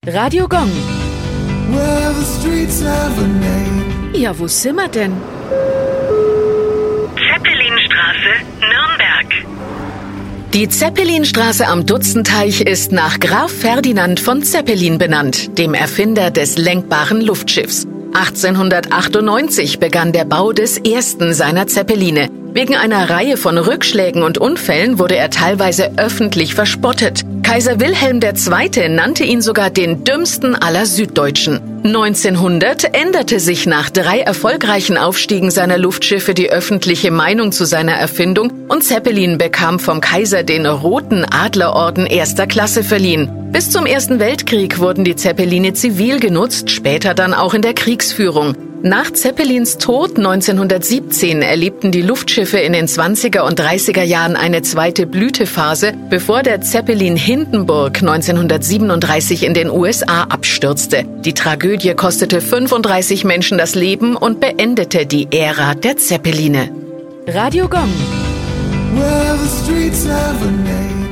Radio Gong. Well, the streets have a name. Ja, wo sind wir denn? Zeppelinstraße, Nürnberg. Die Zeppelinstraße am Dutzenteich ist nach Graf Ferdinand von Zeppelin benannt, dem Erfinder des lenkbaren Luftschiffs. 1898 begann der Bau des ersten seiner Zeppeline. Wegen einer Reihe von Rückschlägen und Unfällen wurde er teilweise öffentlich verspottet. Kaiser Wilhelm II. Nannte ihn sogar den dümmsten aller Süddeutschen. 1900 änderte sich nach 3 erfolgreichen Aufstiegen seiner Luftschiffe die öffentliche Meinung zu seiner Erfindung und Zeppelin bekam vom Kaiser den Roten Adlerorden 1. Klasse verliehen. Bis zum Ersten Weltkrieg wurden die Zeppeline zivil genutzt, später dann auch in der Kriegsführung. Nach Zeppelins Tod 1917 erlebten die Luftschiffe in den 20er und 30er Jahren eine zweite Blütephase, bevor der Zeppelin Hindenburg 1937 in den USA abstürzte. Die Tragödie kostete 35 Menschen das Leben und beendete die Ära der Zeppeline. Radio Gong. Well, the streets have a name.